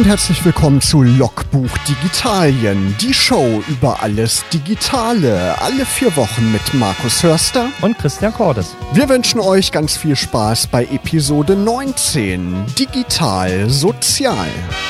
und herzlich willkommen zu Logbuch Digitalien, die Show über alles Digitale, alle 4 Wochen mit Markus Hörster und Christian Cordes. Wir wünschen euch ganz viel Spaß bei Episode 19, Digital Sozial.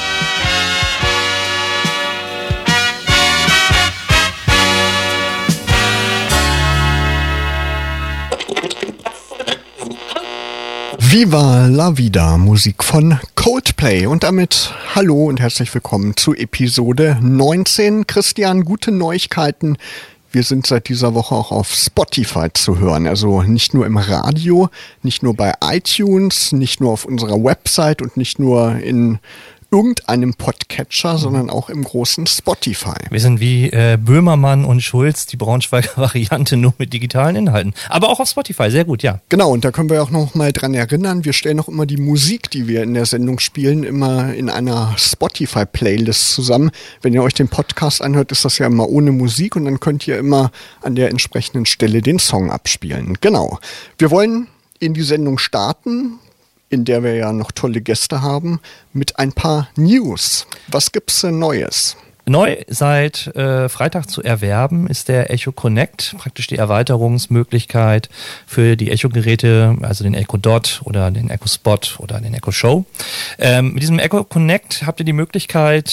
Viva la Vida, Musik von Coldplay. Und damit hallo und herzlich willkommen zu Episode 19. Christian, gute Neuigkeiten. Wir sind seit dieser Woche auch auf Spotify zu hören. Also nicht nur im Radio, nicht nur bei iTunes, nicht nur auf unserer Website und nicht nur in irgendeinem Podcatcher, sondern auch im großen Spotify. Wir sind wie Böhmermann und Schulz, die Braunschweiger Variante, nur mit digitalen Inhalten. Aber auch auf Spotify, sehr gut, ja. Genau, und da können wir auch noch mal dran erinnern, wir stellen auch immer die Musik, die wir in der Sendung spielen, immer in einer Spotify-Playlist zusammen. Wenn ihr euch den Podcast anhört, ist das ja immer ohne Musik und dann könnt ihr immer an der entsprechenden Stelle den Song abspielen. Genau. Wir wollen in die Sendung starten, in der wir ja noch tolle Gäste haben, mit ein paar News. Was gibt's denn Neues? Neu seit Freitag zu erwerben ist der Echo Connect, praktisch die Erweiterungsmöglichkeit für die Echo-Geräte, also den Echo Dot oder den Echo Spot oder den Echo Show. Mit diesem Echo Connect habt ihr die Möglichkeit,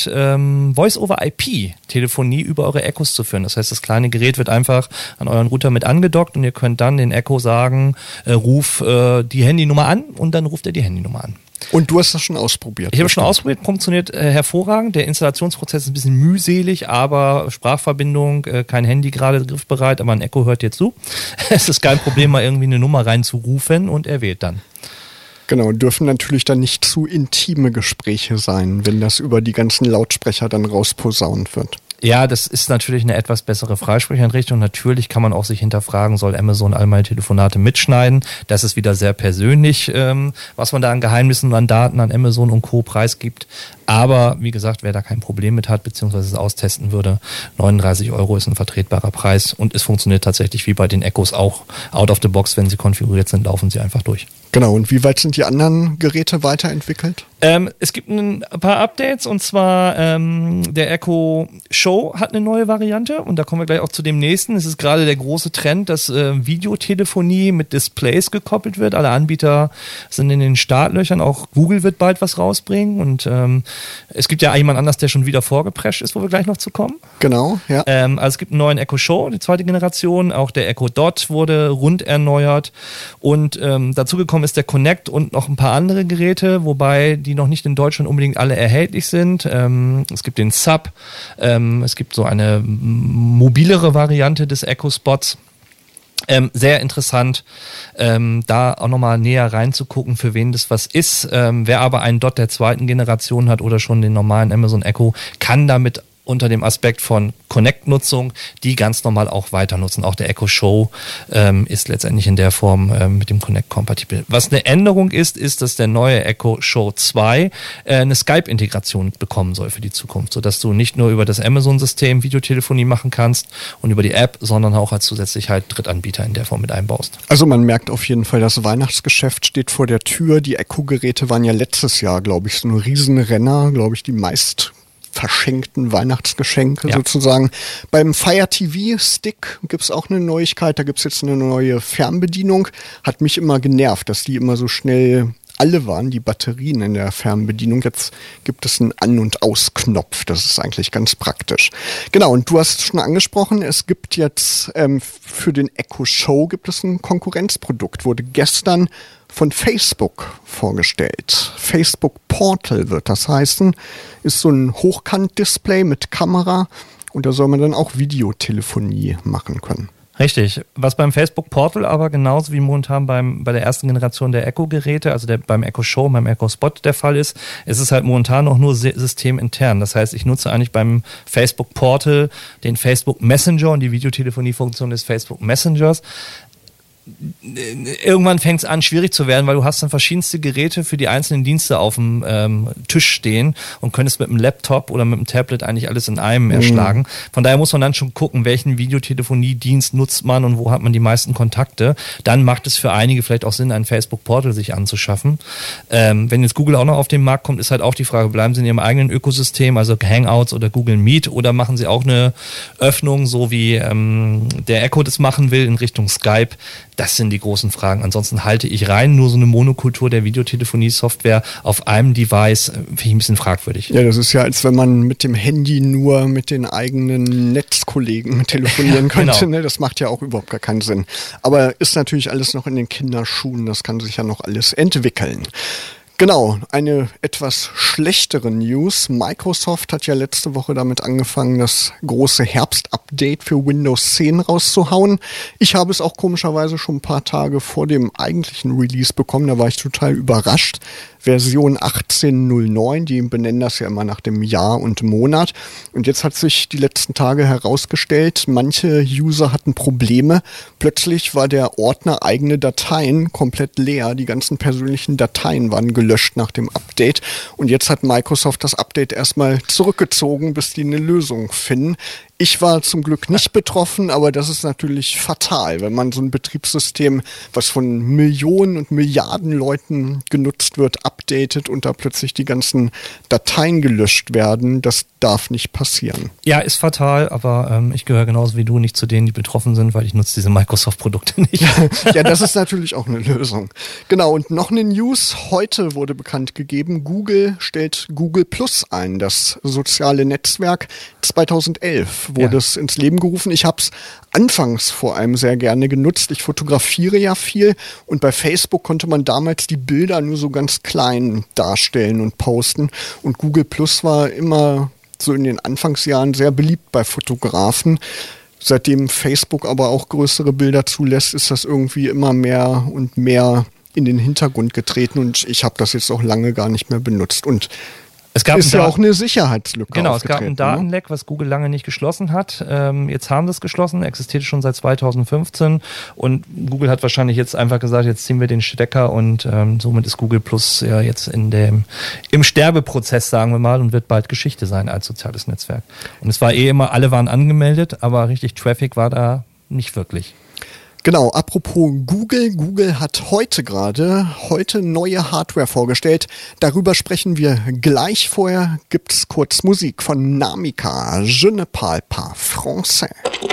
Voice-over-IP-Telefonie über eure Echos zu führen. Das heißt, das kleine Gerät wird einfach an euren Router mit angedockt und ihr könnt dann den Echo sagen, ruf die Handynummer an, und dann ruft er die Handynummer an. Und du hast das schon ausprobiert? Ich habe schon ausprobiert, funktioniert hervorragend. Der Installationsprozess ist ein bisschen mühselig, aber Sprachverbindung, kein Handy gerade griffbereit, aber ein Echo hört dir zu. Es ist kein Problem, mal irgendwie eine Nummer reinzurufen und er wählt dann. Genau, dürfen natürlich dann nicht zu intime Gespräche sein, wenn das über die ganzen Lautsprecher dann rausposaunt wird. Ja, das ist natürlich eine etwas bessere Freisprecheinrichtung. Natürlich kann man auch sich hinterfragen, soll Amazon all meine Telefonate mitschneiden? Das ist wieder sehr persönlich, was man da an Geheimnissen, an Daten, an Amazon und Co. preisgibt. Aber wie gesagt, wer da kein Problem mit hat, beziehungsweise es austesten würde, 39 € ist ein vertretbarer Preis. Und es funktioniert tatsächlich wie bei den Echos auch out of the box. Wenn sie konfiguriert sind, laufen sie einfach durch. Genau, und wie weit sind die anderen Geräte weiterentwickelt? Es gibt ein paar Updates, und zwar der Echo Show hat eine neue Variante, und da kommen wir gleich auch zu dem nächsten. Es ist gerade der große Trend, dass Videotelefonie mit Displays gekoppelt wird. Alle Anbieter sind in den Startlöchern, auch Google wird bald was rausbringen, und es gibt ja jemand anders, der schon wieder vorgeprescht ist, wo wir gleich noch zu kommen. Genau, ja. Also es gibt einen neuen Echo Show, die zweite Generation, auch der Echo Dot wurde rund erneuert, und dazu gekommen ist der Connect und noch ein paar andere Geräte, wobei die noch nicht in Deutschland unbedingt alle erhältlich sind. Es gibt den Sub, es gibt so eine mobilere Variante des Echo Spots. Sehr interessant, da auch nochmal näher reinzugucken, für wen das was ist. Wer aber einen Dot der zweiten Generation hat oder schon den normalen Amazon Echo, kann damit unter dem Aspekt von Connect-Nutzung die ganz normal auch weiter nutzen. Auch der Echo Show ist letztendlich in der Form mit dem Connect kompatibel. Was eine Änderung ist, dass der neue Echo Show 2 eine Skype-Integration bekommen soll für die Zukunft, sodass du nicht nur über das Amazon-System Videotelefonie machen kannst und über die App, sondern auch als zusätzlich halt Drittanbieter in der Form mit einbaust. Also man merkt auf jeden Fall, das Weihnachtsgeschäft steht vor der Tür. Die Echo-Geräte waren ja letztes Jahr, glaube ich, so ein Riesenrenner, glaube ich, die meist verschenkten Weihnachtsgeschenke sozusagen. Beim Fire TV Stick gibt's auch eine Neuigkeit, da gibt's jetzt eine neue Fernbedienung. Hat mich immer genervt, dass die immer so schnell alle waren, die Batterien in der Fernbedienung. Jetzt gibt es einen An- und Ausknopf, das ist eigentlich ganz praktisch. Genau, und du hast es schon angesprochen, es gibt jetzt für den Echo Show gibt es ein Konkurrenzprodukt, wurde gestern von Facebook vorgestellt. Facebook Portal wird das heißen. Ist so ein Hochkant-Display mit Kamera, und da soll man dann auch Videotelefonie machen können. Richtig. Was beim Facebook Portal aber genauso wie momentan bei der ersten Generation der Echo-Geräte, also beim Echo Show, beim Echo Spot der Fall ist, ist es halt momentan auch nur systemintern. Das heißt, ich nutze eigentlich beim Facebook Portal den Facebook Messenger und die Videotelefonie-Funktion des Facebook Messengers. irgendwann fängt es an, schwierig zu werden, weil du hast dann verschiedenste Geräte für die einzelnen Dienste auf dem Tisch stehen und könntest mit einem Laptop oder mit einem Tablet eigentlich alles in einem erschlagen. Von daher muss man dann schon gucken, welchen Videotelefoniedienst nutzt man und wo hat man die meisten Kontakte. Dann macht es für einige vielleicht auch Sinn, ein Facebook-Portal sich anzuschaffen. Wenn jetzt Google auch noch auf den Markt kommt, ist halt auch die Frage, bleiben sie in ihrem eigenen Ökosystem, also Hangouts oder Google Meet, oder machen sie auch eine Öffnung, so wie der Echo das machen will, in Richtung Skype? Das sind die großen Fragen. Ansonsten halte ich rein nur so eine Monokultur der Videotelefonie-Software auf einem Device, finde ich ein bisschen fragwürdig. Ja, das ist ja, als wenn man mit dem Handy nur mit den eigenen Netzkollegen telefonieren könnte. Genau. Ne? Das macht ja auch überhaupt gar keinen Sinn. Aber ist natürlich alles noch in den Kinderschuhen. Das kann sich ja noch alles entwickeln. Genau, eine etwas schlechtere News. Microsoft hat ja letzte Woche damit angefangen, das große Herbst-Update für Windows 10 rauszuhauen. Ich habe es auch komischerweise schon ein paar Tage vor dem eigentlichen Release bekommen. Da war ich total überrascht. Version 18.09, die benennen das ja immer nach dem Jahr und Monat. Und jetzt hat sich die letzten Tage herausgestellt, manche User hatten Probleme. Plötzlich war der Ordner eigene Dateien komplett leer. Die ganzen persönlichen Dateien waren gelöscht nach dem Update. Und jetzt hat Microsoft das Update erstmal zurückgezogen, bis die eine Lösung finden. Ich war zum Glück nicht betroffen, aber das ist natürlich fatal, wenn man so ein Betriebssystem, was von Millionen und Milliarden Leuten genutzt wird, updatet und da plötzlich die ganzen Dateien gelöscht werden. Das darf nicht passieren. Ja, ist fatal, aber ich gehöre genauso wie du nicht zu denen, die betroffen sind, weil ich nutze diese Microsoft-Produkte nicht. Ja, das ist natürlich auch eine Lösung. Genau, und noch eine News. Heute wurde bekannt gegeben, Google stellt Google Plus ein, das soziale Netzwerk. 2011 wurde es ins Leben gerufen. Ich habe es anfangs vor allem sehr gerne genutzt. Ich fotografiere ja viel und bei Facebook konnte man damals die Bilder nur so ganz klein darstellen und posten. Und Google Plus war immer so in den Anfangsjahren sehr beliebt bei Fotografen. Seitdem Facebook aber auch größere Bilder zulässt, ist das irgendwie immer mehr und mehr in den Hintergrund getreten und ich habe das jetzt auch lange gar nicht mehr benutzt. Und es gab ist ja auch eine Sicherheitslücke. Genau, es gab ein Datenleck, was Google lange nicht geschlossen hat. Jetzt haben sie es geschlossen, existiert schon seit 2015 und Google hat wahrscheinlich jetzt einfach gesagt, jetzt ziehen wir den Stecker und somit ist Google Plus ja jetzt im Sterbeprozess, sagen wir mal, und wird bald Geschichte sein als soziales Netzwerk. Und es war immer, alle waren angemeldet, aber richtig Traffic war da nicht wirklich. Genau, apropos Google. Google hat heute neue Hardware vorgestellt. Darüber sprechen wir gleich. Vorher gibt's kurz Musik von Namika. Je ne parle pas français.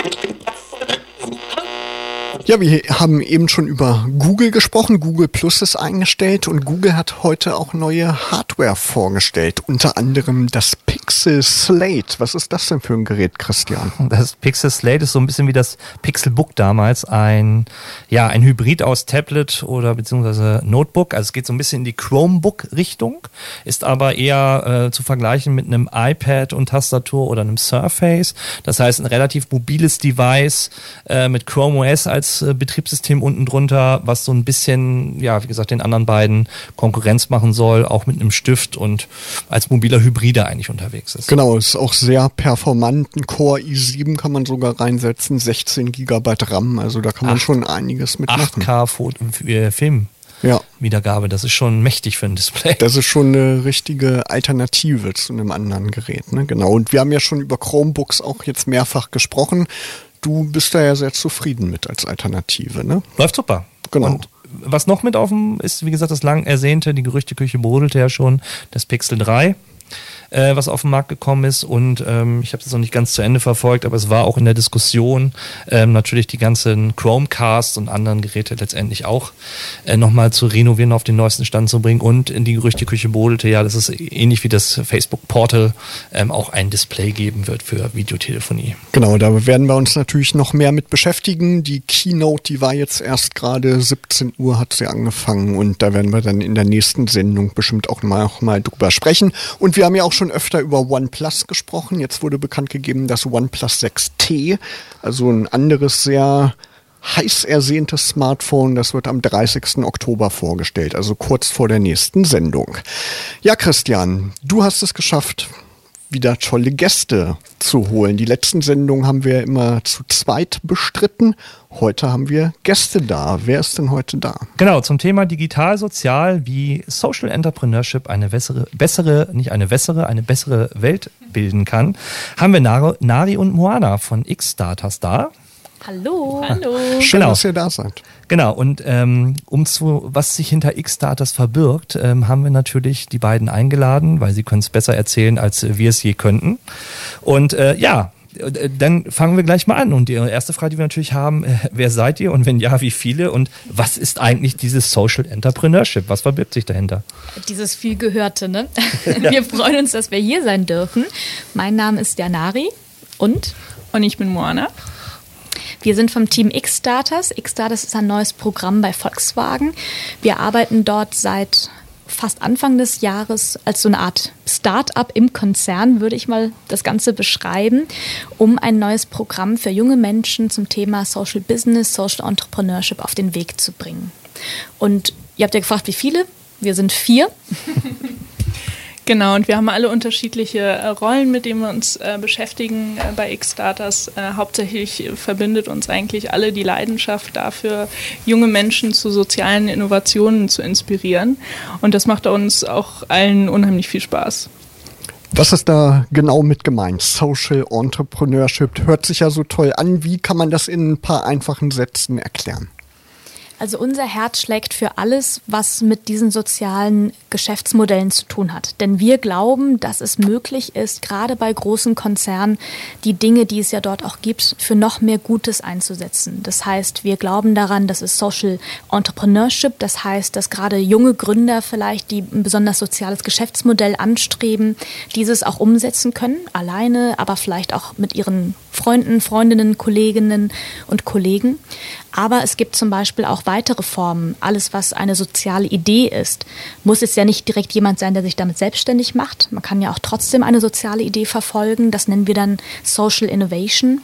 Ja, wir haben eben schon über Google gesprochen. Google Plus ist eingestellt und Google hat heute auch neue Hardware vorgestellt. Unter anderem das Pixel Slate. Was ist das denn für ein Gerät, Christian? Das Pixel Slate ist so ein bisschen wie das Pixelbook damals. Ein Hybrid aus Tablet oder beziehungsweise Notebook. Also es geht so ein bisschen in die Chromebook-Richtung, ist aber eher zu vergleichen mit einem iPad und Tastatur oder einem Surface. Das heißt, ein relativ mobiles Device mit Chrome OS als Betriebssystem unten drunter, was so ein bisschen, ja, wie gesagt, den anderen beiden Konkurrenz machen soll, auch mit einem Stift und als mobiler Hybride eigentlich unterwegs ist. Genau, ist auch sehr performant. Ein Core i7 kann man sogar reinsetzen, 16 GB RAM, also da kann man schon einiges mitmachen. 8K Film. Ja. Wiedergabe, das ist schon mächtig für ein Display. Das ist schon eine richtige Alternative zu einem anderen Gerät, ne? Genau. Und wir haben ja schon über Chromebooks auch jetzt mehrfach gesprochen. Du bist da ja sehr zufrieden mit als Alternative, ne? Läuft super. Genau. Und was noch mit offen ist, wie gesagt, das lang ersehnte, die Gerüchteküche brodelte ja schon, das Pixel 3. Was auf den Markt gekommen ist und ich habe das noch nicht ganz zu Ende verfolgt, aber es war auch in der Diskussion natürlich die ganzen Chromecasts und anderen Geräte letztendlich auch nochmal zu renovieren, auf den neuesten Stand zu bringen und in die Gerüchteküche brodelte, ja, dass es ähnlich wie das Facebook Portal auch ein Display geben wird für Videotelefonie. Genau, da werden wir uns natürlich noch mehr mit beschäftigen. Die Keynote, die war jetzt erst gerade 17 Uhr hat sie angefangen und da werden wir dann in der nächsten Sendung bestimmt auch mal drüber sprechen. Und wir haben ja auch schon öfter über OnePlus gesprochen. Jetzt wurde bekannt gegeben, dass OnePlus 6T, also ein anderes sehr heiß ersehntes Smartphone, das wird am 30. Oktober vorgestellt, also kurz vor der nächsten Sendung. Ja, Christian, du hast es geschafft, wieder tolle Gäste zu holen. Die letzten Sendungen haben wir immer zu zweit bestritten. Heute haben wir Gäste da. Wer ist denn heute da? Genau, zum Thema digital-sozial, wie Social Entrepreneurship eine bessere Welt bilden kann, haben wir Nari und Moana von X-Starters da. Hallo. Schön, dass ihr da seid. Genau, und was sich hinter X-Starters verbirgt, haben wir natürlich die beiden eingeladen, weil sie können es besser erzählen, als wir es je könnten. Und dann fangen wir gleich mal an. Und die erste Frage, die wir natürlich haben, wer seid ihr und wenn ja, wie viele? Und was ist eigentlich dieses Social Entrepreneurship? Was verbirgt sich dahinter? Dieses vielgehörte, ne? Wir freuen uns, dass wir hier sein dürfen. Mein Name ist Nari und ich bin Moana. Wir sind vom Team X-Starters. X-Starters ist ein neues Programm bei Volkswagen. Wir arbeiten dort seit fast Anfang des Jahres als so eine Art Start-up im Konzern, würde ich mal das Ganze beschreiben, um ein neues Programm für junge Menschen zum Thema Social Business, Social Entrepreneurship auf den Weg zu bringen. Und ihr habt ja gefragt, wie viele? Wir sind 4. Genau, und wir haben alle unterschiedliche Rollen, mit denen wir uns beschäftigen bei X-Starters. Hauptsächlich verbindet uns eigentlich alle die Leidenschaft dafür, junge Menschen zu sozialen Innovationen zu inspirieren. Und das macht uns auch allen unheimlich viel Spaß. Was ist da genau mit gemeint? Social Entrepreneurship hört sich ja so toll an. Wie kann man das in ein paar einfachen Sätzen erklären? Also unser Herz schlägt für alles, was mit diesen sozialen Geschäftsmodellen zu tun hat. Denn wir glauben, dass es möglich ist, gerade bei großen Konzernen, die Dinge, die es ja dort auch gibt, für noch mehr Gutes einzusetzen. Das heißt, wir glauben daran, dass es Social Entrepreneurship, das heißt, dass gerade junge Gründer vielleicht, die ein besonders soziales Geschäftsmodell anstreben, dieses auch umsetzen können, alleine, aber vielleicht auch mit ihren Freunden, Freundinnen, Kolleginnen und Kollegen. Aber es gibt zum Beispiel auch weitere Formen. Alles, was eine soziale Idee ist, muss jetzt ja nicht direkt jemand sein, der sich damit selbstständig macht. Man kann ja auch trotzdem eine soziale Idee verfolgen. Das nennen wir dann Social Innovation.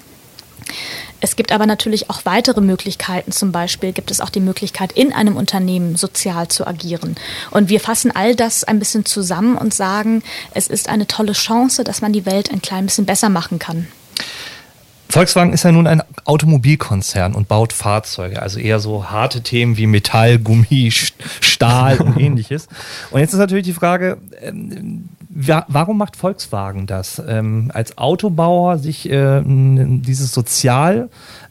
Es gibt aber natürlich auch weitere Möglichkeiten. Zum Beispiel gibt es auch die Möglichkeit, in einem Unternehmen sozial zu agieren. Und wir fassen all das ein bisschen zusammen und sagen, es ist eine tolle Chance, dass man die Welt ein klein bisschen besser machen kann. Volkswagen ist ja nun ein Automobilkonzern und baut Fahrzeuge, also eher so harte Themen wie Metall, Gummi, Stahl und ähnliches. Und jetzt ist natürlich die Frage, warum macht Volkswagen das? Als Autobauer sich dieses Sozial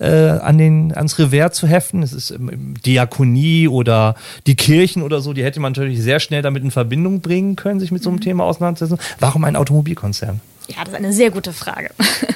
ans Revers zu heften, es ist Diakonie oder die Kirchen oder so, die hätte man natürlich sehr schnell damit in Verbindung bringen können, sich mit so einem Thema auseinanderzusetzen. Warum ein Automobilkonzern? Ja, das ist eine sehr gute Frage.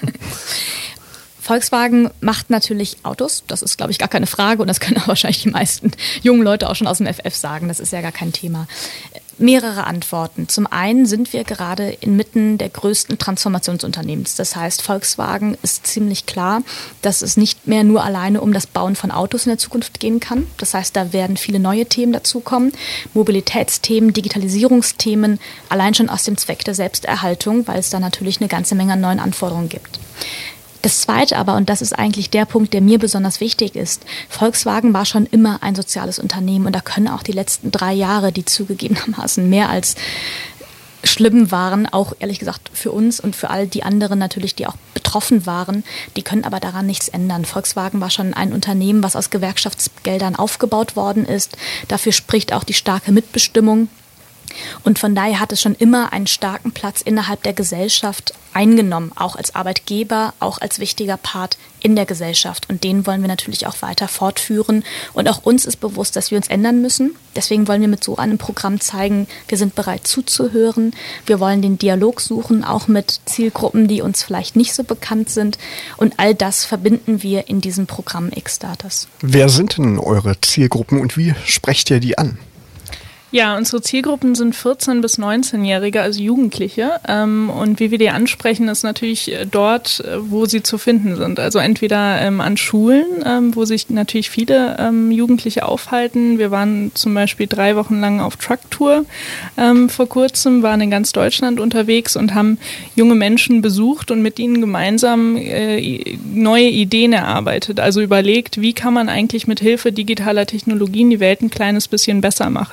Volkswagen macht natürlich Autos, das ist, glaube ich, gar keine Frage und das können auch wahrscheinlich die meisten jungen Leute auch schon aus dem FF sagen, das ist ja gar kein Thema. Mehrere Antworten. Zum einen sind wir gerade inmitten der größten Transformationsunternehmens. Das heißt, Volkswagen ist ziemlich klar, dass es nicht mehr nur alleine um das Bauen von Autos in der Zukunft gehen kann. Das heißt, da werden viele neue Themen dazukommen. Mobilitätsthemen, Digitalisierungsthemen, allein schon aus dem Zweck der Selbsterhaltung, weil es da natürlich eine ganze Menge an neuen Anforderungen gibt. Das Zweite aber, und das ist eigentlich der Punkt, der mir besonders wichtig ist, Volkswagen war schon immer ein soziales Unternehmen und da können auch die letzten 3 Jahre, die zugegebenermaßen mehr als schlimm waren, auch ehrlich gesagt für uns und für all die anderen natürlich, die auch betroffen waren, die können aber daran nichts ändern. Volkswagen war schon ein Unternehmen, was aus Gewerkschaftsgeldern aufgebaut worden ist. Dafür spricht auch die starke Mitbestimmung. Und von daher hat es schon immer einen starken Platz innerhalb der Gesellschaft eingenommen, auch als Arbeitgeber, auch als wichtiger Part in der Gesellschaft. Und den wollen wir natürlich auch weiter fortführen. Und auch uns ist bewusst, dass wir uns ändern müssen. Deswegen wollen wir mit so einem Programm zeigen, wir sind bereit zuzuhören. Wir wollen den Dialog suchen, auch mit Zielgruppen, die uns vielleicht nicht so bekannt sind. Und all das verbinden wir in diesem Programm X-Starters. Wer sind denn eure Zielgruppen und wie sprecht ihr die an? Ja, unsere Zielgruppen sind 14- bis 19-Jährige, also Jugendliche. Und wie wir die ansprechen, ist natürlich dort, wo sie zu finden sind. Also entweder an Schulen, wo sich natürlich viele Jugendliche aufhalten. Wir waren zum Beispiel 3 Wochen lang auf Trucktour vor kurzem, waren in ganz Deutschland unterwegs und haben junge Menschen besucht und mit ihnen gemeinsam neue Ideen erarbeitet. Also überlegt, wie kann man eigentlich mit Hilfe digitaler Technologien die Welt ein kleines bisschen besser machen.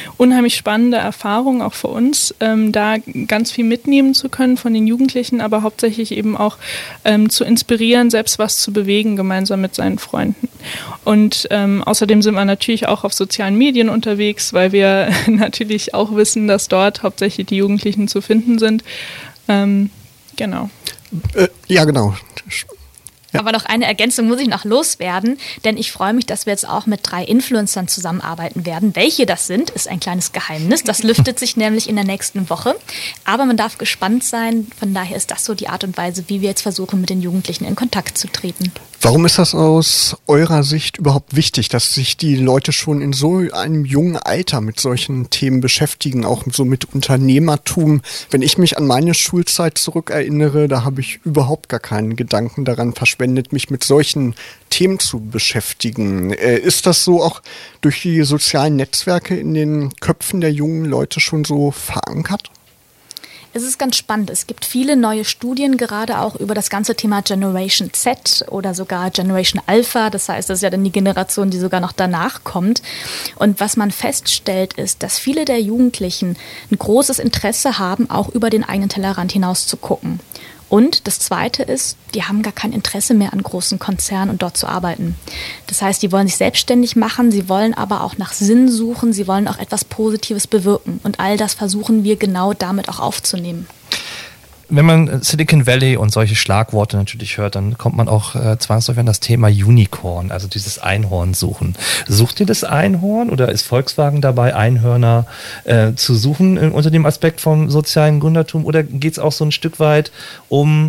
unheimlich spannende Erfahrung, auch für uns, da ganz viel mitnehmen zu können von den Jugendlichen, aber hauptsächlich eben auch zu inspirieren, selbst was zu bewegen, gemeinsam mit seinen Freunden. Und außerdem sind wir natürlich auch auf sozialen Medien unterwegs, weil wir natürlich auch wissen, dass dort hauptsächlich die Jugendlichen zu finden sind. Genau. Ja, genau. Ja. Aber noch eine Ergänzung muss ich noch loswerden, denn ich freue mich, dass wir jetzt auch mit 3 Influencern zusammenarbeiten werden. Welche das sind, ist ein kleines Geheimnis. Das lüftet sich nämlich in der nächsten Woche. Aber man darf gespannt sein. Von daher ist das so die Art und Weise, wie wir jetzt versuchen, mit den Jugendlichen in Kontakt zu treten. Warum ist das aus eurer Sicht überhaupt wichtig, dass sich die Leute schon in so einem jungen Alter mit solchen Themen beschäftigen, auch so mit Unternehmertum? Wenn ich mich an meine Schulzeit zurückerinnere, da habe ich überhaupt gar keinen Gedanken daran verschwendet, mich mit solchen Themen zu beschäftigen. Ist das so auch durch die sozialen Netzwerke in den Köpfen der jungen Leute schon so verankert? Es ist ganz spannend. Es gibt viele neue Studien, gerade auch über das ganze Thema Generation Z oder sogar Generation Alpha. Das heißt, das ist ja dann die Generation, die sogar noch danach kommt. Und was man feststellt, ist, dass viele der Jugendlichen ein großes Interesse haben, auch über den eigenen Tellerrand hinaus zu gucken. Und das Zweite ist, die haben gar kein Interesse mehr an großen Konzernen und dort zu arbeiten. Das heißt, die wollen sich selbstständig machen, sie wollen aber auch nach Sinn suchen, sie wollen auch etwas Positives bewirken. Und all das versuchen wir genau damit auch aufzunehmen. Wenn man Silicon Valley und solche Schlagworte natürlich hört, dann kommt man auch zwangsläufig an das Thema Unicorn, also dieses Einhorn suchen. Sucht ihr das Einhorn oder ist Volkswagen dabei, Einhörner zu suchen unter dem Aspekt vom sozialen Gründertum, oder geht es auch so ein Stück weit um...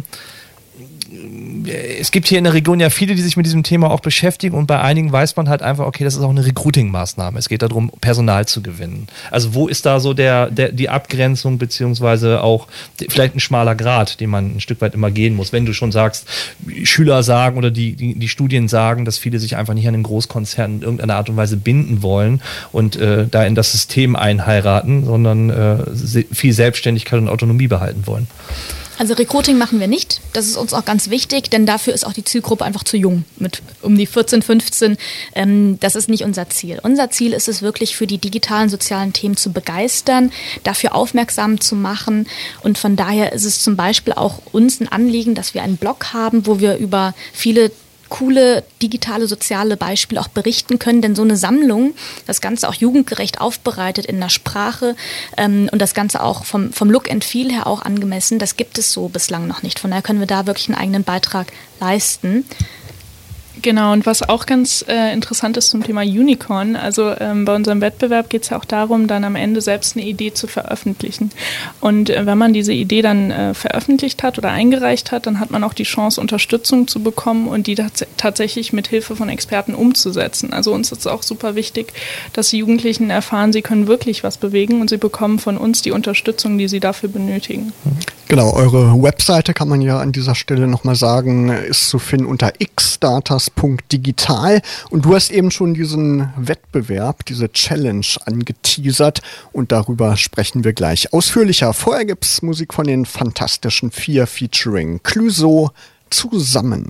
Es gibt hier in der Region ja viele, die sich mit diesem Thema auch beschäftigen, und bei einigen weiß man halt einfach, okay, das ist auch eine Recruiting-Maßnahme. Es geht darum, Personal zu gewinnen. Also wo ist da so die Abgrenzung, beziehungsweise auch vielleicht ein schmaler Grat, den man ein Stück weit immer gehen muss? Wenn du schon sagst, Schüler sagen oder die Studien sagen, dass viele sich einfach nicht an den Großkonzernen in irgendeiner Art und Weise binden wollen und da in das System einheiraten, sondern viel Selbstständigkeit und Autonomie behalten wollen. Also Recruiting machen wir nicht. Das ist uns auch ganz wichtig, denn dafür ist auch die Zielgruppe einfach zu jung. Mit um die 14, 15. Das ist nicht unser Ziel. Unser Ziel ist es wirklich, für die digitalen sozialen Themen zu begeistern, dafür aufmerksam zu machen. Und von daher ist es zum Beispiel auch uns ein Anliegen, dass wir einen Blog haben, wo wir über viele coole digitale soziale Beispiele auch berichten können, denn so eine Sammlung, das Ganze auch jugendgerecht aufbereitet in der Sprache und das Ganze auch vom Look and Feel her auch angemessen, das gibt es so bislang noch nicht. Von daher können wir da wirklich einen eigenen Beitrag leisten. Genau, und was auch ganz interessant ist zum Thema Unicorn, also bei unserem Wettbewerb geht es ja auch darum, dann am Ende selbst eine Idee zu veröffentlichen. Und wenn man diese Idee dann veröffentlicht hat oder eingereicht hat, dann hat man auch die Chance, Unterstützung zu bekommen und die tatsächlich mit Hilfe von Experten umzusetzen. Also uns ist es auch super wichtig, dass die Jugendlichen erfahren, sie können wirklich was bewegen, und sie bekommen von uns die Unterstützung, die sie dafür benötigen. Genau, eure Webseite, kann man ja an dieser Stelle nochmal sagen, ist zu finden unter xstarters.digital, und du hast eben schon diesen Wettbewerb, diese Challenge angeteasert, und darüber sprechen wir gleich ausführlicher. Vorher gibt's Musik von den Fantastischen Vier featuring Clouseau, Zusammen.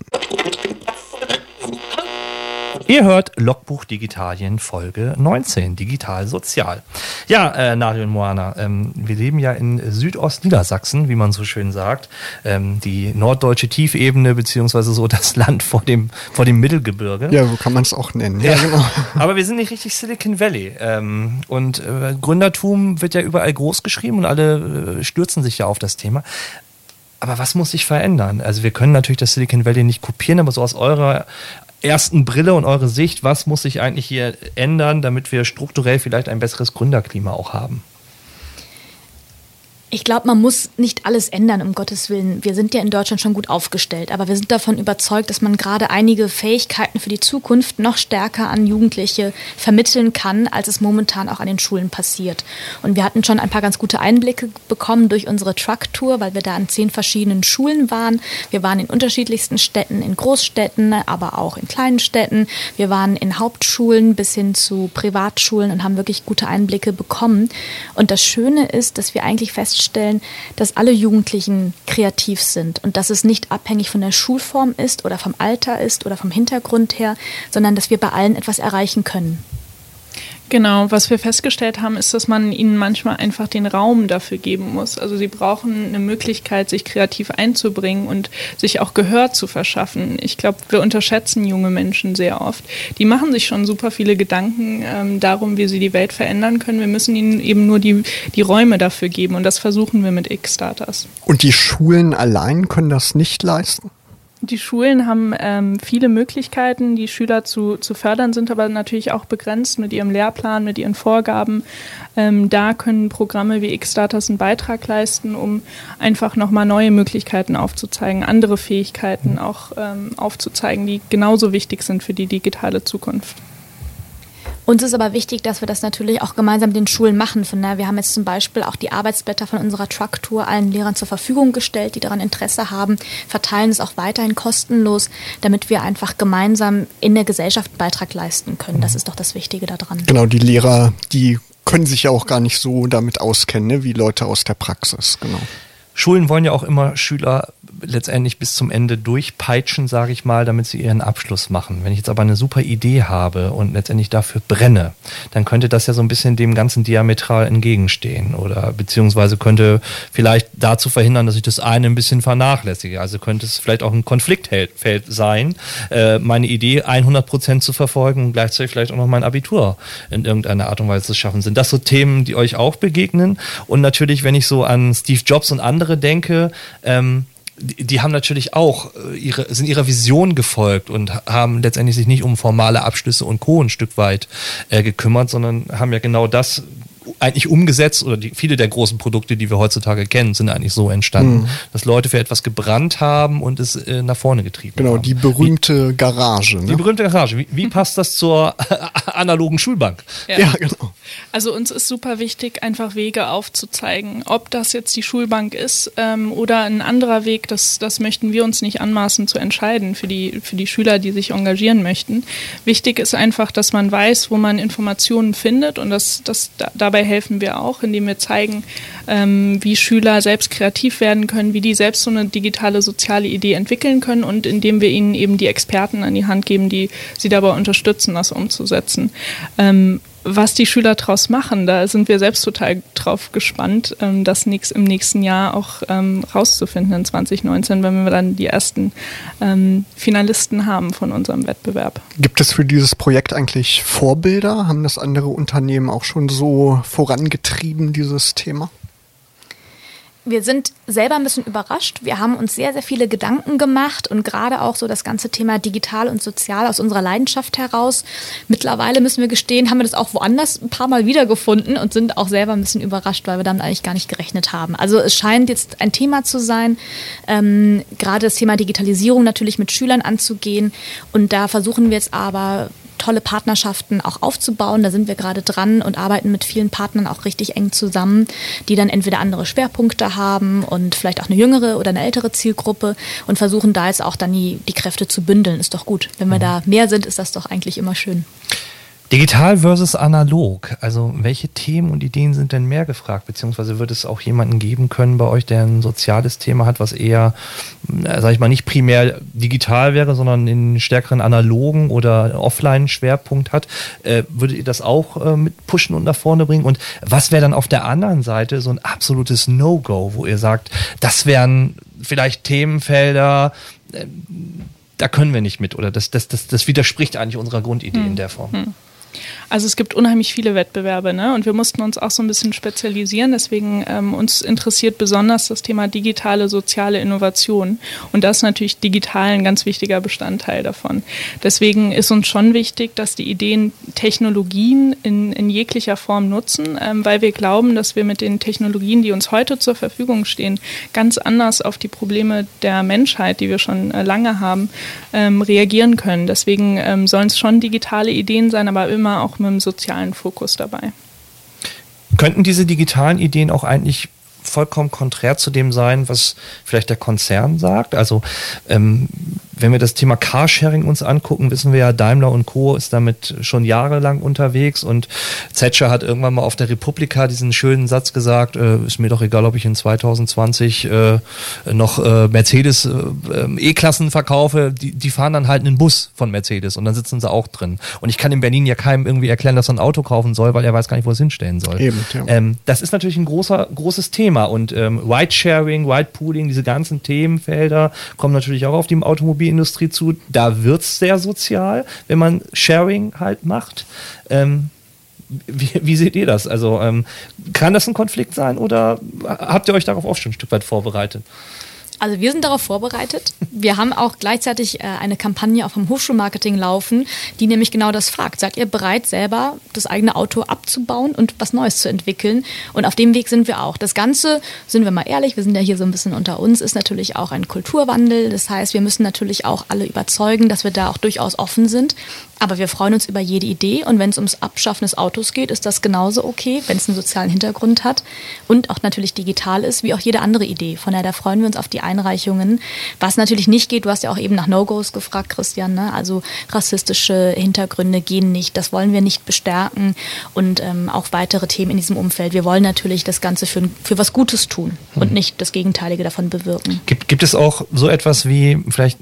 Ihr hört Logbuch Digitalien Folge 19, Digital Sozial. Ja, Nari und Moana, wir leben ja in Südostniedersachsen, wie man so schön sagt. Die norddeutsche Tiefebene, beziehungsweise so das Land vor dem Mittelgebirge. Ja, so kann man es auch nennen. Ja, genau. Aber wir sind nicht richtig Silicon Valley. Und Gründertum wird ja überall groß geschrieben und alle stürzen sich ja auf das Thema. Aber was muss sich verändern? Also wir können natürlich das Silicon Valley nicht kopieren, aber so aus eurer ersten Brille und eure Sicht, was muss sich eigentlich hier ändern, damit wir strukturell vielleicht ein besseres Gründerklima auch haben? Ich glaube, man muss nicht alles ändern, um Gottes Willen. Wir sind ja in Deutschland schon gut aufgestellt, aber wir sind davon überzeugt, dass man gerade einige Fähigkeiten für die Zukunft noch stärker an Jugendliche vermitteln kann, als es momentan auch an den Schulen passiert. Und wir hatten schon ein paar ganz gute Einblicke bekommen durch unsere Truck-Tour, weil wir da an 10 verschiedenen Schulen waren. Wir waren in unterschiedlichsten Städten, in Großstädten, aber auch in kleinen Städten. Wir waren in Hauptschulen bis hin zu Privatschulen und haben wirklich gute Einblicke bekommen. Und das Schöne ist, dass wir eigentlich feststellen, dass alle Jugendlichen kreativ sind und dass es nicht abhängig von der Schulform ist oder vom Alter ist oder vom Hintergrund her, sondern dass wir bei allen etwas erreichen können. Genau, was wir festgestellt haben, ist, dass man ihnen manchmal einfach den Raum dafür geben muss. Also sie brauchen eine Möglichkeit, sich kreativ einzubringen und sich auch Gehör zu verschaffen. Ich glaube, wir unterschätzen junge Menschen sehr oft. Die machen sich schon super viele Gedanken darum, wie sie die Welt verändern können. Wir müssen ihnen eben nur die Räume dafür geben und das versuchen wir mit X-Starters. Und die Schulen allein können das nicht leisten? Die Schulen haben viele Möglichkeiten, die Schüler zu fördern, sind aber natürlich auch begrenzt mit ihrem Lehrplan, mit ihren Vorgaben. Da können Programme wie X-Starters einen Beitrag leisten, um einfach nochmal neue Möglichkeiten aufzuzeigen, andere Fähigkeiten auch aufzuzeigen, die genauso wichtig sind für die digitale Zukunft. Uns ist aber wichtig, dass wir das natürlich auch gemeinsam mit den Schulen machen. Wir haben jetzt zum Beispiel auch die Arbeitsblätter von unserer Truck-Tour allen Lehrern zur Verfügung gestellt, die daran Interesse haben, verteilen es auch weiterhin kostenlos, damit wir einfach gemeinsam in der Gesellschaft einen Beitrag leisten können. Das ist doch das Wichtige daran. Genau, die Lehrer, die können sich ja auch gar nicht so damit auskennen, ne, wie Leute aus der Praxis. Genau. Schulen wollen ja auch immer Schüler letztendlich bis zum Ende durchpeitschen, sage ich mal, damit sie ihren Abschluss machen. Wenn ich jetzt aber eine super Idee habe und letztendlich dafür brenne, dann könnte das ja so ein bisschen dem Ganzen diametral entgegenstehen oder beziehungsweise könnte vielleicht dazu verhindern, dass ich das eine ein bisschen vernachlässige. Also könnte es vielleicht auch ein Konfliktfeld sein, meine Idee 100% zu verfolgen und gleichzeitig vielleicht auch noch mein Abitur in irgendeiner Art und Weise zu schaffen. Sind das so Themen, die euch auch begegnen? Und natürlich, wenn ich so an Steve Jobs und andere denke, die haben natürlich auch sind ihrer Vision gefolgt und haben letztendlich sich nicht um formale Abschlüsse und Co. ein Stück weit gekümmert, sondern haben ja genau das eigentlich umgesetzt oder viele der großen Produkte, die wir heutzutage kennen, sind eigentlich so entstanden, dass Leute für etwas gebrannt haben und es nach vorne getrieben haben. Genau, die berühmte Garage. Ne? Die berühmte Garage. Wie passt das zur analogen Schulbank? Ja, genau. Also uns ist super wichtig, einfach Wege aufzuzeigen. Ob das jetzt die Schulbank ist oder ein anderer Weg, das möchten wir uns nicht anmaßen zu entscheiden für die Schüler, die sich engagieren möchten. Wichtig ist einfach, dass man weiß, wo man Informationen findet und dabei helfen wir auch, indem wir zeigen, wie Schüler selbst kreativ werden können, wie die selbst so eine digitale soziale Idee entwickeln können und indem wir ihnen eben die Experten an die Hand geben, die sie dabei unterstützen, das umzusetzen. Was die Schüler daraus machen, da sind wir selbst total drauf gespannt, das im nächsten Jahr auch rauszufinden in 2019, wenn wir dann die ersten Finalisten haben von unserem Wettbewerb. Gibt es für dieses Projekt eigentlich Vorbilder? Haben das andere Unternehmen auch schon so vorangetrieben, dieses Thema? Wir sind selber ein bisschen überrascht. Wir haben uns sehr, sehr viele Gedanken gemacht und gerade auch so das ganze Thema digital und sozial aus unserer Leidenschaft heraus. Mittlerweile müssen wir gestehen, haben wir das auch woanders ein paar Mal wiedergefunden und sind auch selber ein bisschen überrascht, weil wir damit eigentlich gar nicht gerechnet haben. Also es scheint jetzt ein Thema zu sein, gerade das Thema Digitalisierung natürlich mit Schülern anzugehen und da versuchen wir jetzt aber tolle Partnerschaften auch aufzubauen. Da sind wir gerade dran und arbeiten mit vielen Partnern auch richtig eng zusammen, die dann entweder andere Schwerpunkte haben und vielleicht auch eine jüngere oder eine ältere Zielgruppe und versuchen da jetzt auch dann die Kräfte zu bündeln. Ist doch gut. Wenn wir da mehr sind, ist das doch eigentlich immer schön. Digital versus analog. Also welche Themen und Ideen sind denn mehr gefragt? Beziehungsweise wird es auch jemanden geben können bei euch, der ein soziales Thema hat, was eher, sag ich mal, nicht primär digital wäre, sondern einen stärkeren analogen oder Offline-Schwerpunkt hat? Würdet ihr das auch mit pushen und nach vorne bringen? Und was wäre dann auf der anderen Seite so ein absolutes No-Go, wo ihr sagt, das wären vielleicht Themenfelder, da können wir nicht mit oder das widerspricht eigentlich unserer Grundidee in der Form? Also es gibt unheimlich viele Wettbewerbe, ne? Und wir mussten uns auch so ein bisschen spezialisieren. Deswegen uns interessiert besonders das Thema digitale soziale Innovation. Und das ist natürlich digital ein ganz wichtiger Bestandteil davon. Deswegen ist uns schon wichtig, dass die Ideen Technologien in jeglicher Form nutzen, weil wir glauben, dass wir mit den Technologien, die uns heute zur Verfügung stehen, ganz anders auf die Probleme der Menschheit, die wir schon lange haben, reagieren können. Deswegen sollen es schon digitale Ideen sein, aber immer auch mit einem sozialen Fokus dabei. Könnten diese digitalen Ideen auch eigentlich vollkommen konträr zu dem sein, was vielleicht der Konzern sagt? Also wenn wir das Thema Carsharing uns angucken, wissen wir ja, Daimler und Co. ist damit schon jahrelang unterwegs und Thatcher hat irgendwann mal auf der Republika diesen schönen Satz gesagt, ist mir doch egal, ob ich in 2020 noch Mercedes E-Klassen verkaufe, die fahren dann halt einen Bus von Mercedes und dann sitzen sie auch drin. Und ich kann in Berlin ja keinem irgendwie erklären, dass er ein Auto kaufen soll, weil er weiß gar nicht, wo er es hinstellen soll. Eben, ja. Das ist natürlich ein großes Thema und Ride-Sharing, Ride-Pooling, diese ganzen Themenfelder kommen natürlich auch auf die Automobilindustrie zu. Da wird es sehr sozial, wenn man Sharing halt macht. Wie seht ihr das? Also kann das ein Konflikt sein oder habt ihr euch darauf auch schon ein Stück weit vorbereitet? Also wir sind darauf vorbereitet. Wir haben auch gleichzeitig eine Kampagne auch vom Hochschulmarketing laufen, die nämlich genau das fragt. Seid ihr bereit, selber das eigene Auto abzubauen und was Neues zu entwickeln? Und auf dem Weg sind wir auch. Das Ganze, sind wir mal ehrlich, wir sind ja hier so ein bisschen unter uns, ist natürlich auch ein Kulturwandel. Das heißt, wir müssen natürlich auch alle überzeugen, dass wir da auch durchaus offen sind. Aber wir freuen uns über jede Idee und wenn es ums Abschaffen des Autos geht, ist das genauso okay, wenn es einen sozialen Hintergrund hat und auch natürlich digital ist, wie auch jede andere Idee. Von daher, da freuen wir uns auf die Einreichungen. Was natürlich nicht geht, du hast ja auch eben nach No-Gos gefragt, Christian, ne? Also rassistische Hintergründe gehen nicht, das wollen wir nicht bestärken und auch weitere Themen in diesem Umfeld. Wir wollen natürlich das Ganze für was Gutes tun und nicht das Gegenteilige davon bewirken. Gibt es auch so etwas wie vielleicht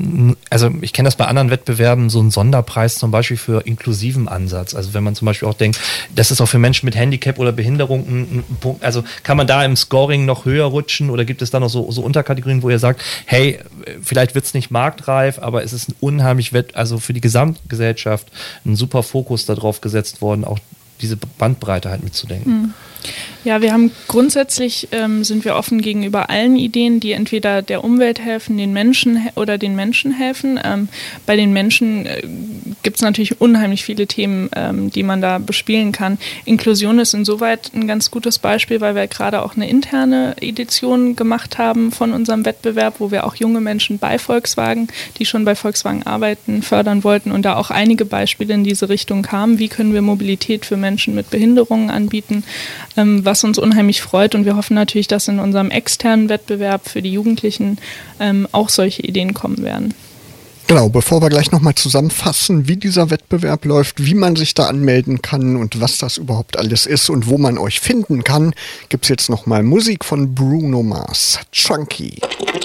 also ich kenne das bei anderen Wettbewerben, so ein Sonderpreis zum Beispiel für inklusiven Ansatz. Also wenn man zum Beispiel auch denkt, das ist auch für Menschen mit Handicap oder Behinderung ein Punkt. Also kann man da im Scoring noch höher rutschen oder gibt es da noch so Unterkategorien, wo ihr sagt, hey, vielleicht wird es nicht marktreif, aber es ist ein unheimlich also für die Gesamtgesellschaft ein super Fokus darauf gesetzt worden, auch diese Bandbreite halt mitzudenken. Ja, wir haben grundsätzlich sind wir offen gegenüber allen Ideen, die entweder der Umwelt helfen, den Menschen oder den Menschen helfen. Bei den Menschen gibt es natürlich unheimlich viele Themen, die man da bespielen kann. Inklusion ist insoweit ein ganz gutes Beispiel, weil wir gerade auch eine interne Edition gemacht haben von unserem Wettbewerb, wo wir auch junge Menschen bei Volkswagen, die schon bei Volkswagen arbeiten, fördern wollten und da auch einige Beispiele in diese Richtung kamen. Wie können wir Mobilität für Menschen mit Behinderungen anbieten? Was uns unheimlich freut und wir hoffen natürlich, dass in unserem externen Wettbewerb für die Jugendlichen auch solche Ideen kommen werden. Genau, bevor wir gleich nochmal zusammenfassen, wie dieser Wettbewerb läuft, wie man sich da anmelden kann und was das überhaupt alles ist und wo man euch finden kann, gibt's jetzt nochmal Musik von Bruno Mars, Chunky.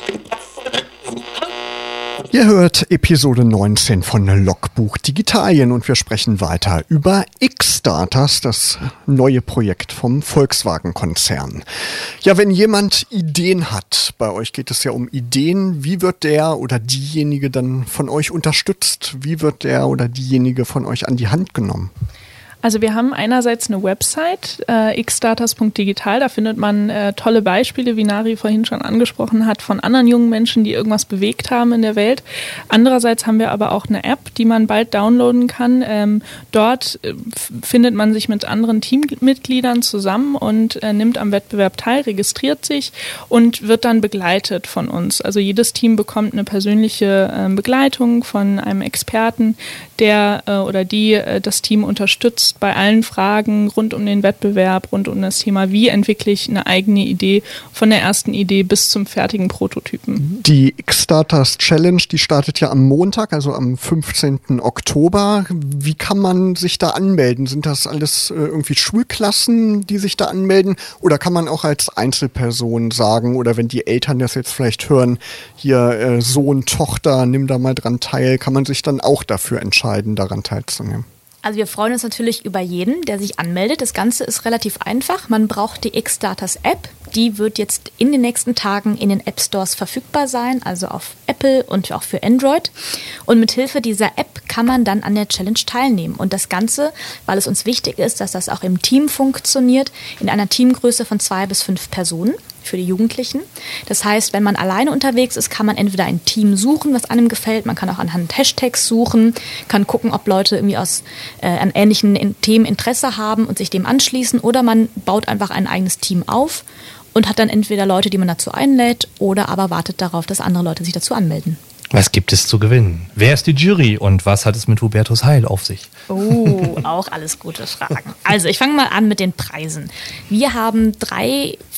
Ihr hört Episode 19 von Logbuch Digitalien und wir sprechen weiter über X-Starters, das neue Projekt vom Volkswagen-Konzern. Ja, wenn jemand Ideen hat, bei euch geht es ja um Ideen, wie wird der oder diejenige dann von euch unterstützt? Wie wird der oder diejenige von euch an die Hand genommen? Also wir haben einerseits eine Website, xstarters.digital, da findet man tolle Beispiele, wie Nari vorhin schon angesprochen hat, von anderen jungen Menschen, die irgendwas bewegt haben in der Welt. Andererseits haben wir aber auch eine App, die man bald downloaden kann. Dort findet man sich mit anderen Teammitgliedern zusammen und nimmt am Wettbewerb teil, registriert sich und wird dann begleitet von uns. Also jedes Team bekommt eine persönliche Begleitung von einem Experten, der oder die das Team unterstützt bei allen Fragen rund um den Wettbewerb, rund um das Thema, wie entwickle ich eine eigene Idee von der ersten Idee bis zum fertigen Prototypen. Die X-Starters Challenge, die startet ja am Montag, also am 15. Oktober. Wie kann man sich da anmelden? Sind das alles irgendwie Schulklassen, die sich da anmelden? Oder kann man auch als Einzelperson sagen, oder wenn die Eltern das jetzt vielleicht hören, hier Sohn, Tochter, nimm da mal dran teil, kann man sich dann auch dafür entscheiden, daran teilzunehmen? Also wir freuen uns natürlich über jeden, der sich anmeldet. Das Ganze ist relativ einfach. Man braucht die X-Starters App. Die wird jetzt in den nächsten Tagen in den App Stores verfügbar sein, also auf Apple und auch für Android. Und mit Hilfe dieser App kann man dann an der Challenge teilnehmen. Und das Ganze, weil es uns wichtig ist, dass das auch im Team funktioniert, in einer Teamgröße von 2 bis 5 Personen. Für die Jugendlichen. Das heißt, wenn man alleine unterwegs ist, kann man entweder ein Team suchen, was einem gefällt. Man kann auch anhand Hashtags suchen, kann gucken, ob Leute irgendwie an ähnlichen Themen Interesse haben und sich dem anschließen. Oder man baut einfach ein eigenes Team auf und hat dann entweder Leute, die man dazu einlädt, oder aber wartet darauf, dass andere Leute sich dazu anmelden. Was gibt es zu gewinnen? Wer ist die Jury und was hat es mit Hubertus Heil auf sich? Oh, auch alles gute Fragen. Also ich fange mal an mit den Preisen. Wir haben 3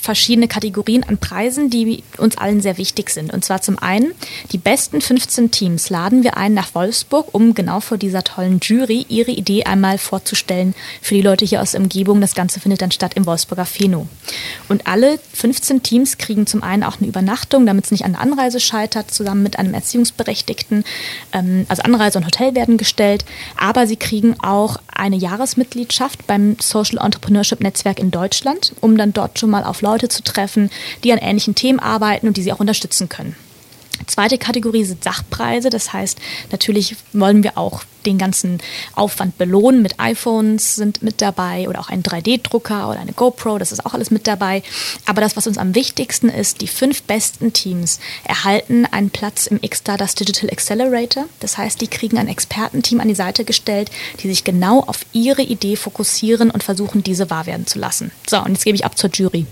verschiedene Kategorien an Preisen, die uns allen sehr wichtig sind. Und zwar zum einen, die besten 15 Teams laden wir ein nach Wolfsburg, um genau vor dieser tollen Jury ihre Idee einmal vorzustellen für die Leute hier aus der Umgebung. Das Ganze findet dann statt im Wolfsburger Pheno. Und alle 15 Teams kriegen zum einen auch eine Übernachtung, damit es nicht an der Anreise scheitert, zusammen mit einem Erziehungsberechtigten. Also Anreise und Hotel werden gestellt, aber sie kriegen auch eine Jahresmitgliedschaft beim Social Entrepreneurship Netzwerk in Deutschland, um dann dort schon mal auf Leute zu treffen, die an ähnlichen Themen arbeiten und die sie auch unterstützen können. Zweite Kategorie sind Sachpreise, das heißt, natürlich wollen wir auch den ganzen Aufwand belohnen. Mit iPhones sind mit dabei oder auch ein 3D-Drucker oder eine GoPro, das ist auch alles mit dabei. Aber das, was uns am wichtigsten ist, die 5 besten Teams erhalten einen Platz im X-Starters Digital Accelerator. Das heißt, die kriegen ein Expertenteam an die Seite gestellt, die sich genau auf ihre Idee fokussieren und versuchen, diese wahr werden zu lassen. So, und jetzt gebe ich ab zur Jury.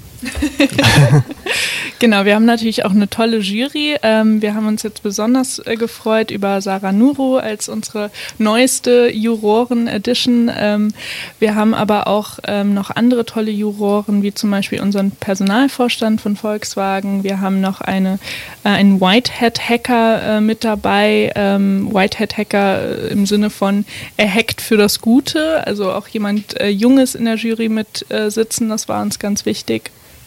Genau, wir haben natürlich auch eine tolle Jury. Wir haben uns jetzt besonders gefreut über Sarah Nuru als unsere neueste Juroren-Edition. Wir haben aber auch noch andere tolle Juroren, wie zum Beispiel unseren Personalvorstand von Volkswagen. Wir haben noch einen Whitehead-Hacker mit dabei. Whitehead-Hacker im Sinne von, er hackt für das Gute. Also auch jemand Junges in der Jury mit sitzen, das war uns ganz wichtig.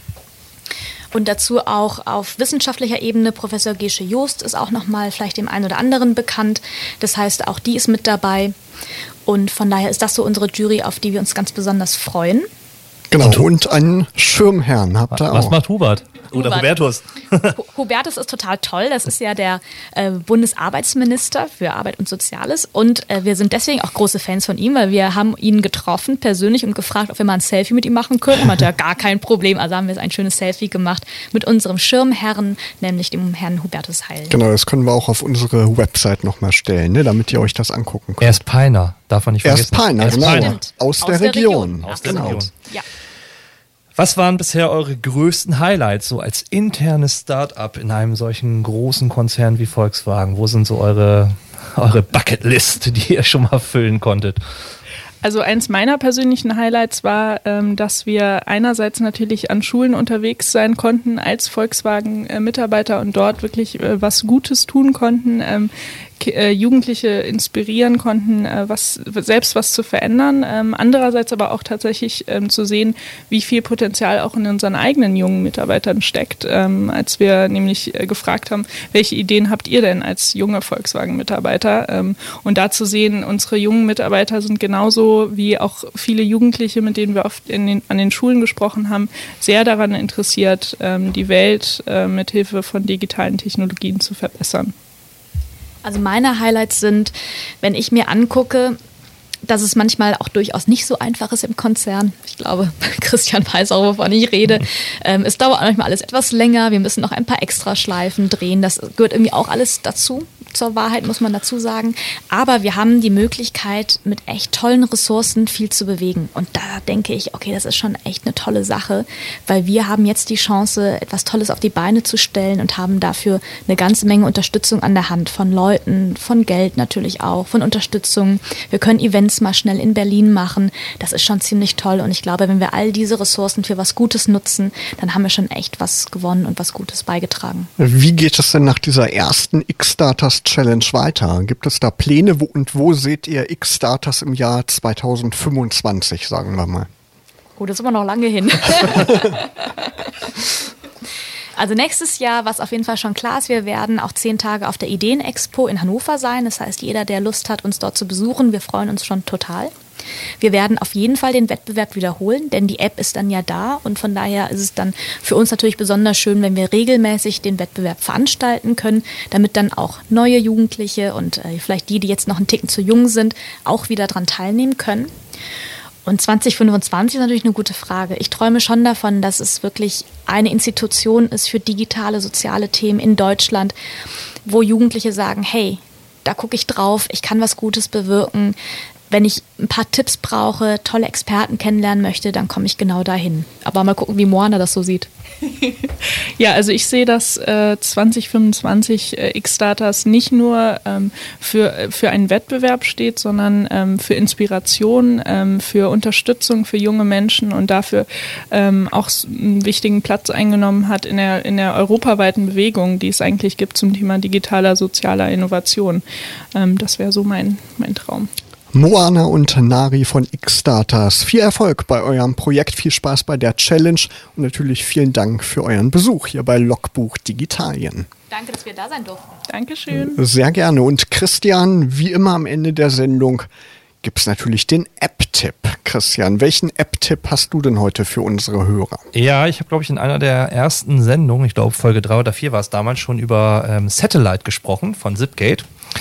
Und dazu auch auf wissenschaftlicher Ebene, Professor Gesche Joost ist auch nochmal vielleicht dem einen oder anderen bekannt. Das heißt, auch die ist mit dabei. Und von daher ist das so unsere Jury, auf die wir uns ganz besonders freuen. Genau, und einen Schirmherrn habt ihr auch. Was macht Hubert? Oder Hubertus. Hubertus ist total toll. Das ist ja der Bundesarbeitsminister für Arbeit und Soziales. Und wir sind deswegen auch große Fans von ihm, weil wir haben ihn getroffen persönlich und gefragt, ob wir mal ein Selfie mit ihm machen können. Er meinte, ja, gar kein Problem. Also haben wir ein schönes Selfie gemacht mit unserem Schirmherrn, nämlich dem Herrn Hubertus Heil. Genau, das können wir auch auf unsere Website nochmal stellen, ne, damit ihr euch das angucken könnt. Er ist Peiner, darf man nicht vergessen. Er ist Peiner, genau. Aus der Region. Aus der Region. Ja. Was waren bisher eure größten Highlights so als internes Start-up in einem solchen großen Konzern wie Volkswagen? Wo sind so eure Bucketlist, die ihr schon mal füllen konntet? Also eins meiner persönlichen Highlights war, dass wir einerseits natürlich an Schulen unterwegs sein konnten als Volkswagen-Mitarbeiter und dort wirklich was Gutes tun konnten, Jugendliche inspirieren konnten, selbst was zu verändern. Andererseits aber auch tatsächlich zu sehen, wie viel Potenzial auch in unseren eigenen jungen Mitarbeitern steckt. Als wir nämlich gefragt haben, welche Ideen habt ihr denn als junge Volkswagen-Mitarbeiter? Und da zu sehen, unsere jungen Mitarbeiter sind genauso wie auch viele Jugendliche, mit denen wir oft an den Schulen gesprochen haben, sehr daran interessiert, die Welt mit Hilfe von digitalen Technologien zu verbessern. Also meine Highlights sind, wenn ich mir angucke, dass es manchmal auch durchaus nicht so einfach ist im Konzern. Ich glaube, Christian weiß auch, wovon ich rede. Es dauert manchmal alles etwas länger. Wir müssen noch ein paar Extraschleifen drehen. Das gehört irgendwie auch alles dazu. Zur Wahrheit muss man dazu sagen. Aber wir haben die Möglichkeit, mit echt tollen Ressourcen viel zu bewegen. Und da denke ich, okay, das ist schon echt eine tolle Sache, weil wir haben jetzt die Chance, etwas Tolles auf die Beine zu stellen und haben dafür eine ganze Menge Unterstützung an der Hand von Leuten, von Geld natürlich auch, von Unterstützung. Wir können Events mal schnell in Berlin machen. Das ist schon ziemlich toll. Und ich glaube, wenn wir all diese Ressourcen für was Gutes nutzen, dann haben wir schon echt was gewonnen und was Gutes beigetragen. Wie geht es denn nach dieser ersten X-Starters Challenge weiter? Gibt es da Pläne wo seht ihr X-Starters im Jahr 2025, sagen wir mal? Oh, das ist immer noch lange hin. Also nächstes Jahr, was auf jeden Fall schon klar ist, wir werden auch 10 Tage auf der Ideen-Expo in Hannover sein. Das heißt, jeder, der Lust hat, uns dort zu besuchen, wir freuen uns schon total. Wir werden auf jeden Fall den Wettbewerb wiederholen, denn die App ist dann ja da und von daher ist es dann für uns natürlich besonders schön, wenn wir regelmäßig den Wettbewerb veranstalten können, damit dann auch neue Jugendliche und vielleicht die jetzt noch einen Ticken zu jung sind, auch wieder daran teilnehmen können. Und 2025 ist natürlich eine gute Frage. Ich träume schon davon, dass es wirklich eine Institution ist für digitale, soziale Themen in Deutschland, wo Jugendliche sagen, hey, da gucke ich drauf, ich kann was Gutes bewirken. wenn ich ein paar Tipps brauche, tolle Experten kennenlernen möchte, dann komme ich genau dahin. Aber mal gucken, wie Moana das so sieht. Ja, also ich sehe, dass 2025 X-Starters nicht nur für einen Wettbewerb steht, sondern für Inspiration, für Unterstützung für junge Menschen und dafür auch einen wichtigen Platz eingenommen hat in der europaweiten Bewegung, die es eigentlich gibt zum Thema digitaler, sozialer Innovation. Das wäre so mein Traum. Moana und Nari von X-Starters. Viel Erfolg bei eurem Projekt, viel Spaß bei der Challenge und natürlich vielen Dank für euren Besuch hier bei Logbuch Digitalien. Danke, dass wir da sein durften. Dankeschön. Sehr gerne. Und Christian, wie immer am Ende der Sendung gibt es natürlich den App-Tipp. Christian, welchen App-Tipp hast du denn heute für unsere Hörer? Ja, ich habe, glaube ich, in einer der ersten Sendungen, ich glaube Folge 3 oder 4 war es damals, schon über Satellite gesprochen von Zipgate.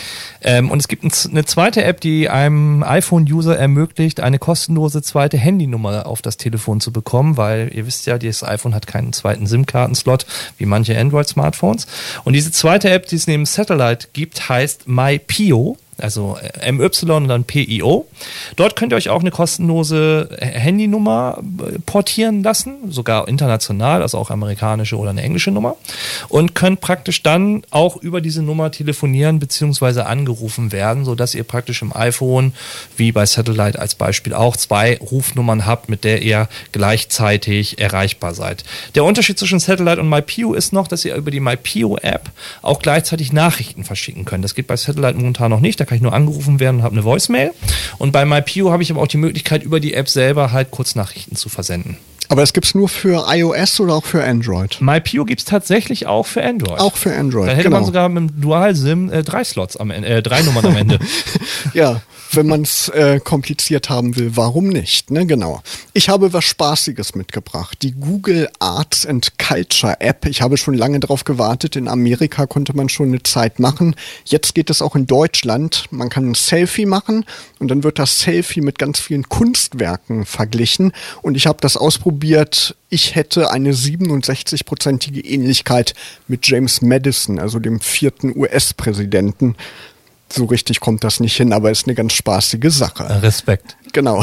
Und es gibt eine zweite App, die einem iPhone-User ermöglicht, eine kostenlose zweite Handynummer auf das Telefon zu bekommen, weil ihr wisst ja, dieses iPhone hat keinen zweiten SIM-Karten-Slot wie manche Android-Smartphones. Und diese zweite App, die es neben Satellite gibt, heißt MyPio. Also MY und dann PIO. Dort könnt ihr euch auch eine kostenlose Handynummer portieren lassen, sogar international, also auch amerikanische oder eine englische Nummer, und könnt praktisch dann auch über diese Nummer telefonieren bzw. angerufen werden, sodass ihr praktisch im iPhone, wie bei Satellite als Beispiel auch, 2 Rufnummern habt, mit der ihr gleichzeitig erreichbar seid. Der Unterschied zwischen Satellite und MyPio ist noch, dass ihr über die MyPio-App auch gleichzeitig Nachrichten verschicken könnt. Das geht bei Satellite momentan noch nicht. Da kann ich nur angerufen werden und habe eine Voicemail. Und bei MyPio habe ich aber auch die Möglichkeit, über die App selber halt Kurznachrichten zu versenden. Aber das gibt es nur für iOS oder auch für Android? MyPio gibt es tatsächlich auch für Android. Auch für Android, Da hätte man sogar mit dem Dual-SIM 3 Slots am Ende, 3 Nummern am Ende. Ja, wenn man es kompliziert haben will, warum nicht? Ne? Genau. Ich habe was Spaßiges mitgebracht. Die Google Arts and Culture App. Ich habe schon lange drauf gewartet. In Amerika konnte man schon eine Zeit machen. Jetzt geht es auch in Deutschland. Man kann ein Selfie machen und dann wird das Selfie mit ganz vielen Kunstwerken verglichen. Und ich habe das ausprobiert. Ich hätte eine 67-prozentige Ähnlichkeit mit James Madison, also dem 4. US-Präsidenten. So richtig kommt das nicht hin, aber ist eine ganz spaßige Sache. Respekt. Genau.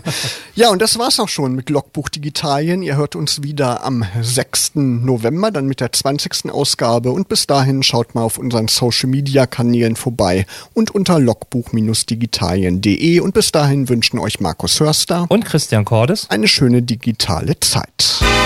Ja, und das war's auch schon mit Logbuch Digitalien. Ihr hört uns wieder am 6. November, dann mit der 20. Ausgabe. Und bis dahin schaut mal auf unseren Social-Media-Kanälen vorbei und unter logbuch-digitalien.de. Und bis dahin wünschen euch Markus Hörster und Christian Cordes eine schöne digitale Zeit.